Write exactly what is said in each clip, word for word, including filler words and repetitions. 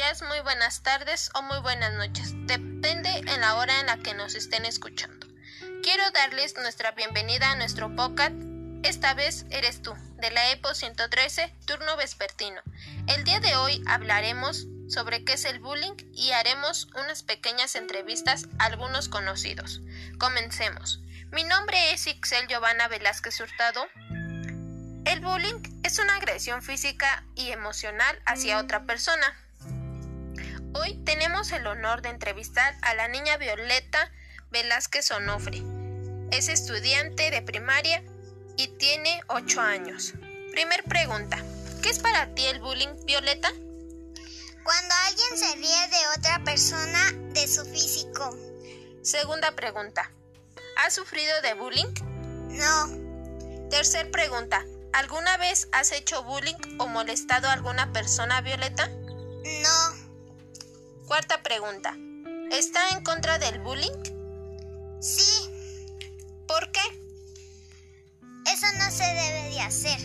días, muy buenas tardes o muy buenas noches. Depende en la hora en la que nos estén escuchando. Quiero darles nuestra bienvenida a nuestro podcast. Esta vez eres tú, de la E P O ciento trece, turno vespertino. El día de hoy hablaremos sobre qué es el bullying y haremos unas pequeñas entrevistas a algunos conocidos. Comencemos. Mi nombre es Ixel Giovanna Velázquez Hurtado. El bullying es una agresión física y emocional hacia otra persona. Hoy tenemos el honor de entrevistar a la niña Violeta Velázquez Onofre. Es estudiante de primaria y tiene ocho años. Primer pregunta: ¿qué es para ti el bullying, Violeta? Cuando alguien se ríe de otra persona de su físico. Segunda pregunta: ¿has sufrido de bullying? No. Tercer pregunta: ¿alguna vez has hecho bullying o molestado a alguna persona, Violeta? No. Cuarta pregunta: ¿está en contra del bullying? Sí. ¿Por qué? Eso no se debe de hacer.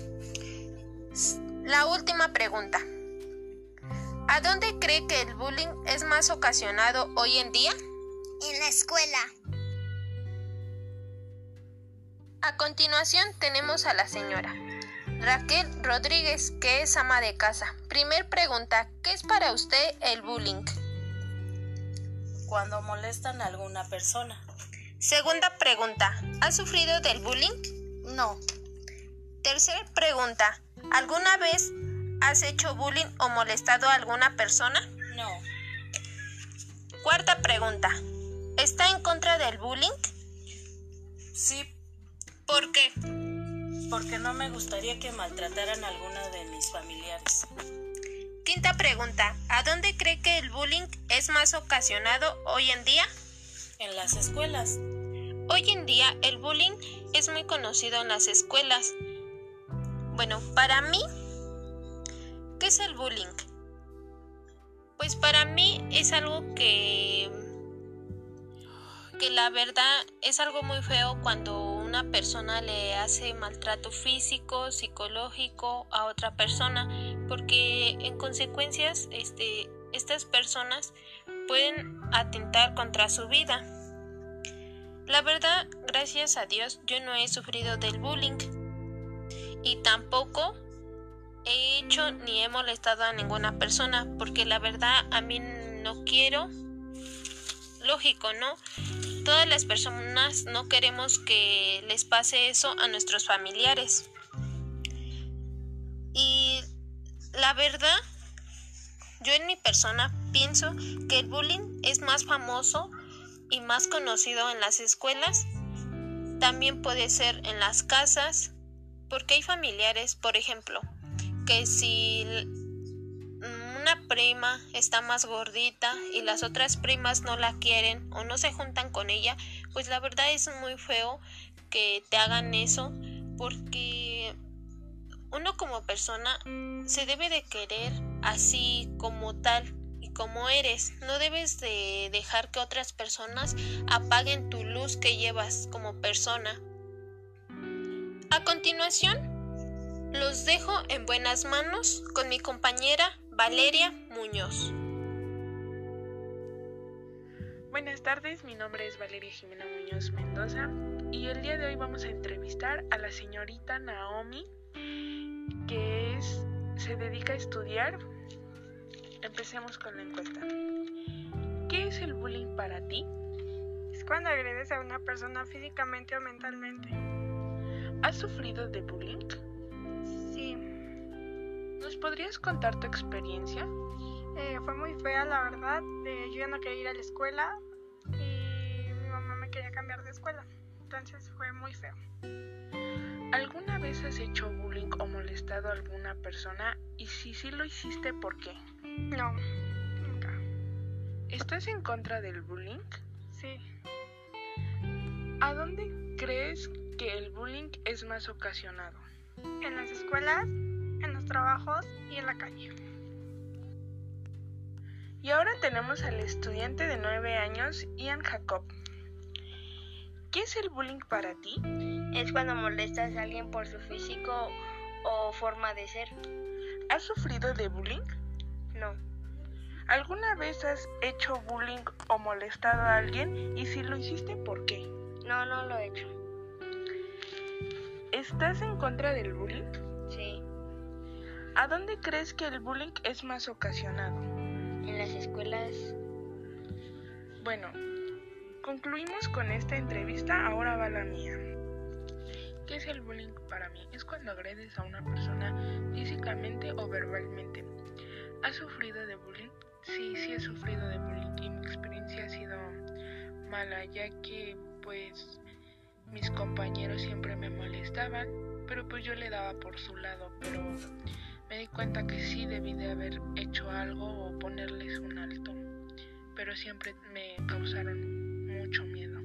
La última pregunta: ¿a dónde cree que el bullying es más ocasionado hoy en día? En la escuela. A continuación tenemos a la señora Raquel Rodríguez, que es ama de casa. Primer pregunta: ¿qué es para usted el bullying? Cuando molestan a alguna persona. Segunda pregunta: ¿has sufrido del bullying? No. Tercer pregunta: ¿alguna vez has hecho bullying o molestado a alguna persona? No. Cuarta pregunta: ¿está en contra del bullying? Sí. ¿Por qué? Porque no me gustaría que maltrataran a alguna de mis familiares. Quinta pregunta: ¿a dónde cree que el bullying es más ocasionado hoy en día? En las escuelas. Hoy en día el bullying es muy conocido en las escuelas. Bueno, para mí, ¿qué es el bullying? Pues para mí es algo que, que la verdad es algo muy feo cuando una persona le hace maltrato físico, psicológico a otra persona, porque en consecuencias este, estas personas pueden atentar contra su vida. La verdad, gracias a Dios, yo no he sufrido del bullying y tampoco he hecho ni he molestado a ninguna persona, porque la verdad a mí no quiero, lógico, ¿no? Todas las personas no queremos que les pase eso a nuestros familiares. Y la verdad, yo en mi persona pienso que el bullying es más famoso y más conocido en las escuelas. También puede ser en las casas, porque hay familiares, por ejemplo, que si una prima está más gordita y las otras primas no la quieren o no se juntan con ella, pues la verdad es muy feo que te hagan eso, porque uno como persona se debe de querer así como tal y como eres. No debes de dejar que otras personas apaguen tu luz que llevas como persona. A continuación, los dejo en buenas manos con mi compañera Valeria Muñoz. Buenas tardes, mi nombre es Valeria Jimena Muñoz Mendoza y el día de hoy vamos a entrevistar a la señorita Naomi, que es, se dedica a estudiar. Empecemos con la encuesta. ¿Qué es el bullying para ti? Es cuando agredes a una persona físicamente o mentalmente. ¿Has sufrido de bullying? Sí. ¿Nos podrías contar tu experiencia? Eh, fue muy fea, la verdad. Eh, yo ya no quería ir a la escuela y mi mamá me quería cambiar de escuela. Entonces fue muy feo. ¿Alguna vez has hecho bullying o molestado a alguna persona? Y si sí lo hiciste, ¿por qué? No, nunca. ¿Estás en contra del bullying? Sí. ¿A dónde crees que el bullying es más ocasionado? En las escuelas, en los trabajos y en la calle. Y ahora tenemos al estudiante de nueve años, Ian Jacob. ¿Qué es el bullying para ti? Es cuando molestas a alguien por su físico o forma de ser. ¿Has sufrido de bullying? No. ¿Alguna vez has hecho bullying o molestado a alguien? Y si lo hiciste, ¿por qué? No, no lo he hecho. ¿Estás en contra del bullying? Sí, ¿A dónde crees que el bullying es más ocasionado? en las escuelas. Bueno, concluimos con esta entrevista, ahora va la mía. ¿Qué es el bullying para mí? Es cuando agredes a una persona físicamente o verbalmente. ¿Has sufrido de bullying? Sí, sí he sufrido de bullying y mi experiencia ha sido mala, ya que pues mis compañeros siempre me molestaban, pero pues yo le daba por su lado, pero me di cuenta que sí debí de haber hecho algo o ponerles un alto, pero siempre me causaron mucho miedo.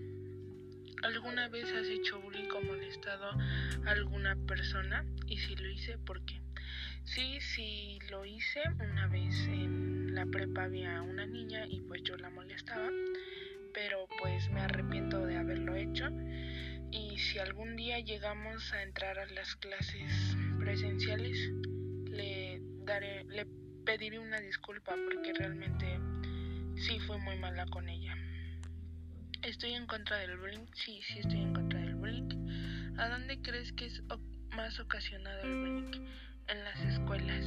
¿Alguna vez has hecho bullying o molestado a alguna persona? Y si lo hice, ¿por qué? Sí, sí lo hice. Una vez en la prepa había una niña y pues yo la molestaba, pero pues me arrepiento de haberlo hecho. Y si algún día llegamos a entrar a las clases presenciales, le daré, le pediré una disculpa porque realmente sí fui muy mala con ella. ¿Estoy en contra del bullying? Sí, sí estoy en contra del bullying. ¿A dónde crees que es más ocasionado el bullying? En las escuelas.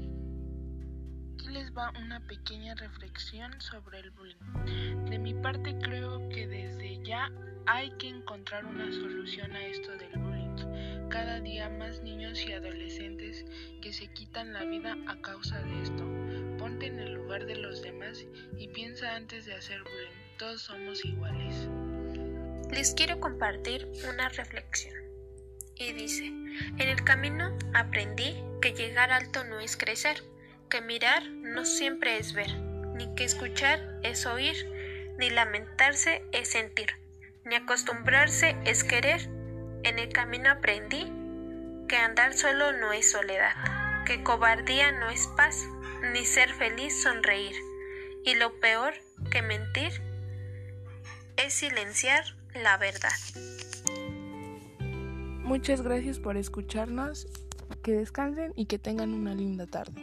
Aquí les va una pequeña reflexión sobre el bullying. De mi parte creo que desde ya hay que encontrar una solución a esto del bullying. Cada día más niños y adolescentes que se quitan la vida a causa de esto. Ponte en el lugar de los demás y piensa antes de hacer bullying. Todos somos iguales. Les quiero compartir una reflexión. Y dice, en el camino aprendí que llegar alto no es crecer, que mirar no siempre es ver, ni que escuchar es oír, ni lamentarse es sentir, ni acostumbrarse es querer. En el camino aprendí que andar solo no es soledad, que cobardía no es paz, ni ser feliz sonreír, y lo peor que mentir es silenciar la verdad. Muchas gracias por escucharnos, que descansen y que tengan una linda tarde.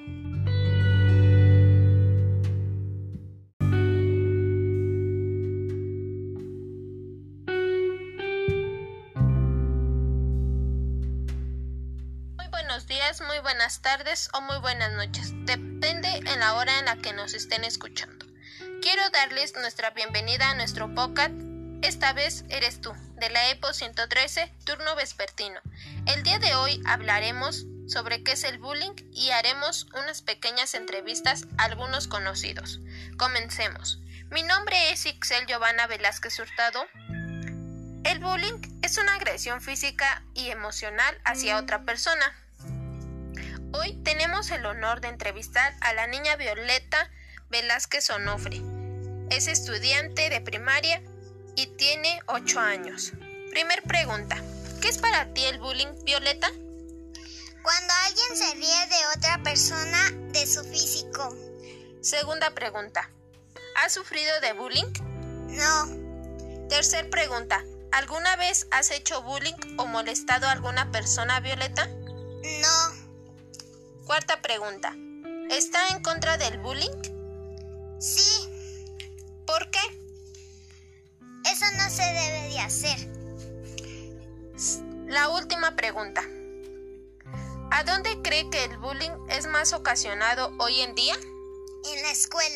Muy buenos días, muy buenas tardes o muy buenas noches, depende en la hora en la que nos estén escuchando. Quiero darles nuestra bienvenida a nuestro podcast. Esta vez eres tú, de la E P O ciento trece, turno vespertino. El día de hoy hablaremos sobre qué es el bullying y haremos unas pequeñas entrevistas a algunos conocidos. Comencemos. Mi nombre es Ixel Giovanna Velázquez Hurtado. El bullying es una agresión física y emocional hacia otra persona. Hoy tenemos el honor de entrevistar a la niña Violeta Velázquez Onofre. Es estudiante de primaria y tiene ocho años. Primer pregunta, ¿qué es para ti el bullying, Violeta? Cuando alguien se ríe de otra persona de su físico. Segunda pregunta, ¿has sufrido de bullying? No. Tercer pregunta, ¿alguna vez has hecho bullying o molestado a alguna persona, Violeta? No. Cuarta pregunta, ¿está en contra del bullying? Sí. ¿Por qué? Eso no se debe de hacer. La última pregunta. ¿A dónde cree que el bullying es más ocasionado hoy en día? En la escuela.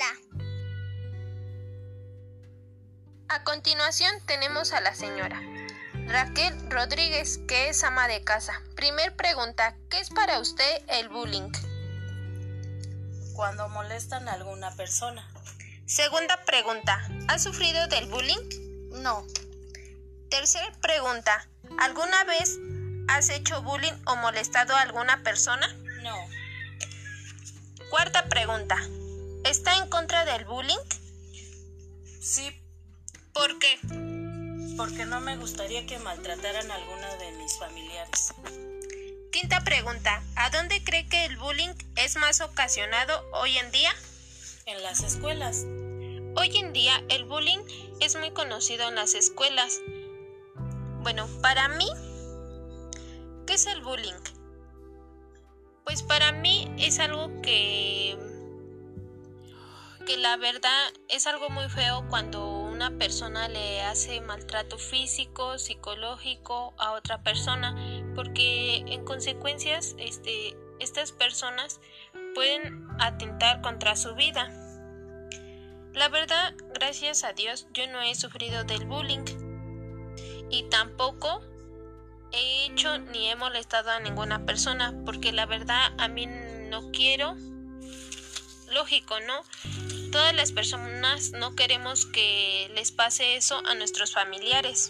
A continuación tenemos a la señora Raquel Rodríguez, que es ama de casa. Primer pregunta, ¿qué es para usted el bullying? Cuando molestan a alguna persona. Segunda pregunta, ¿has sufrido del bullying? No. Tercera pregunta, ¿alguna vez has hecho bullying o molestado a alguna persona? No. Cuarta pregunta, ¿está en contra del bullying? Sí, ¿Por qué? porque no me gustaría que maltrataran a alguno de mis familiares. Quinta pregunta, ¿a dónde cree que el bullying es más ocasionado hoy en día? En las escuelas. Hoy en día el bullying es muy conocido en las escuelas. Bueno, para mí, ¿qué es el bullying? Pues para mí es algo que porque la verdad es algo muy feo cuando una persona le hace maltrato físico, psicológico a otra persona, porque en consecuencias este, estas personas pueden atentar contra su vida. La verdad, gracias a Dios, yo no he sufrido del bullying y tampoco he hecho ni he molestado a ninguna persona, porque la verdad a mí no quiero, lógico, ¿no? Todas las personas no queremos que les pase eso a nuestros familiares.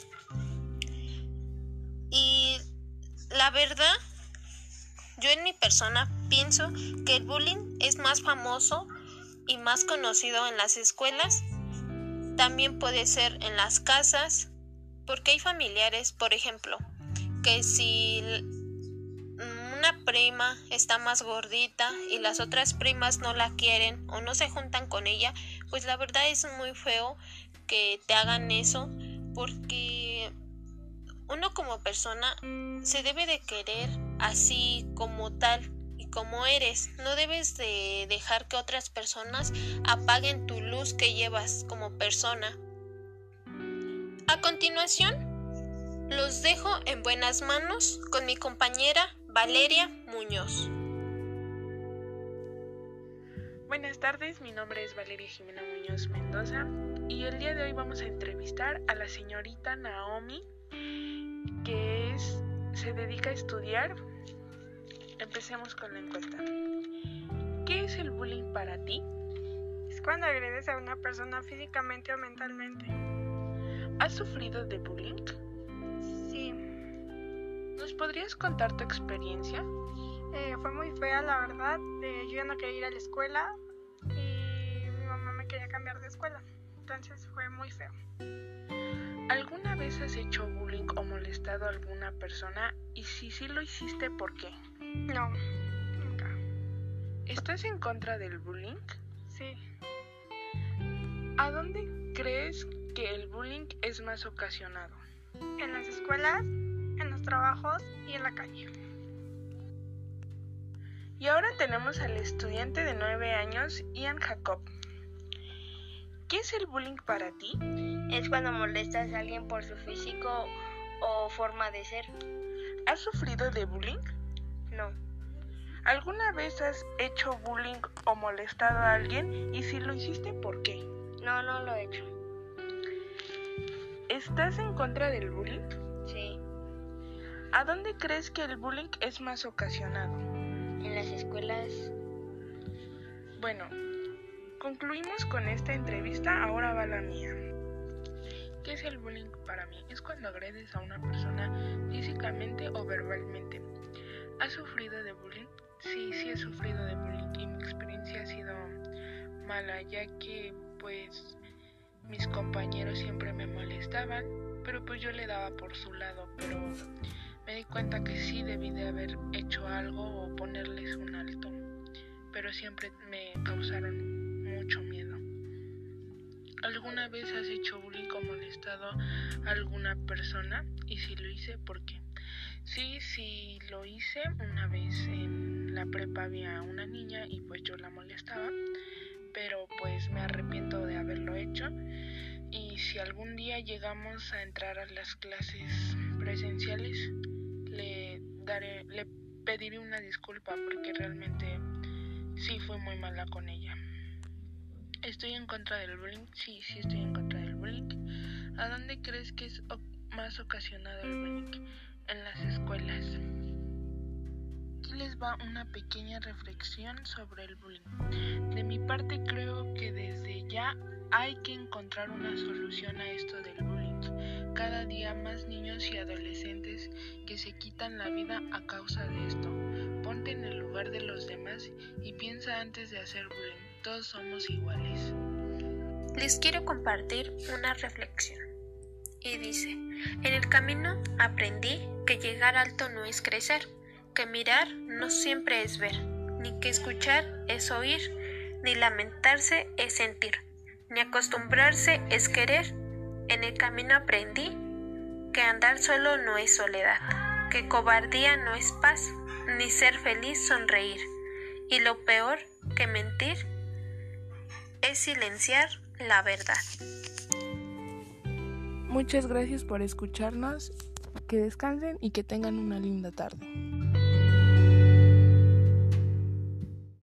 Y la verdad, yo en mi persona pienso que el bullying es más famoso y más conocido en las escuelas. También puede ser en las casas, porque hay familiares, por ejemplo, que si una prima está más gordita y las otras primas no la quieren o no se juntan con ella, pues la verdad es muy feo que te hagan eso, porque uno como persona se debe de querer así como tal y como eres. No debes de dejar que otras personas apaguen tu luz que llevas como persona. A continuación, los dejo en buenas manos con mi compañera Valeria Muñoz. Buenas tardes, mi nombre es Valeria Jimena Muñoz Mendoza y el día de hoy vamos a entrevistar a la señorita Naomi, que es, se dedica a estudiar. Empecemos con la encuesta. ¿Qué es el bullying para ti? Es cuando agredes a una persona físicamente o mentalmente. ¿Has sufrido de bullying? Sí. ¿Nos podrías contar tu experiencia? Eh, fue muy fea, la verdad. Eh, yo ya no quería ir a la escuela y mi mamá me quería cambiar de escuela. Entonces fue muy feo. ¿Alguna vez has hecho bullying o molestado a alguna persona? Y si sí lo hiciste, ¿por qué? No, nunca. ¿Estás en contra del bullying? Sí. ¿A dónde crees que el bullying es más ocasionado? En las escuelas, en los trabajos y en la calle. Y ahora tenemos al estudiante de nueve años, Ian Jacob. ¿Qué es el bullying para ti? Es cuando molestas a alguien por su físico o forma de ser. ¿Has sufrido de bullying? No. ¿Alguna vez has hecho bullying o molestado a alguien? Y si lo hiciste, ¿por qué? No, no lo he hecho. ¿Estás en contra del bullying? Sí. ¿A dónde crees que el bullying es más ocasionado? En las escuelas. Bueno, concluimos con esta entrevista, ahora va la mía. ¿Qué es el bullying para mí? Es cuando agredes a una persona físicamente o verbalmente. ¿Has sufrido de bullying? Sí, sí he sufrido de bullying y mi experiencia ha sido mala, ya que pues mis compañeros siempre me molestaban, pero pues yo le daba por su lado, pero me di cuenta que sí debí de haber hecho algo o ponerles un alto, pero siempre me causaron mucho miedo. ¿Alguna vez has hecho bullying o molestado a alguna persona? Y si lo hice, ¿por qué? Sí, sí lo hice. Una vez en la prepa había una niña y pues yo la molestaba, pero pues me arrepiento de haberlo hecho. Y si algún día llegamos a entrar a las clases presenciales, le daré, le pediré una disculpa porque realmente sí fui muy mala con ella. ¿Estoy en contra del bullying? Sí, sí estoy en contra del bullying. ¿A dónde crees que es más ocasionado el bullying? En las escuelas. Aquí les va una pequeña reflexión sobre el bullying. De mi parte creo que desde ya hay que encontrar una solución a esto del bullying. Cada día más niños y adolescentes que se quitan la vida a causa de esto. Ponte en el lugar de los demás y piensa antes de hacer bullying. Todos somos iguales. Les quiero compartir una reflexión. Y dice: en el camino aprendí que llegar alto no es crecer, que mirar no siempre es ver, ni que escuchar es oír, ni lamentarse es sentir, ni acostumbrarse es querer. En el camino aprendí que andar solo no es soledad, que cobardía no es paz, ni ser feliz sonreír, y lo peor que mentir es silenciar la verdad. Muchas gracias por escucharnos, que descansen y que tengan una linda tarde.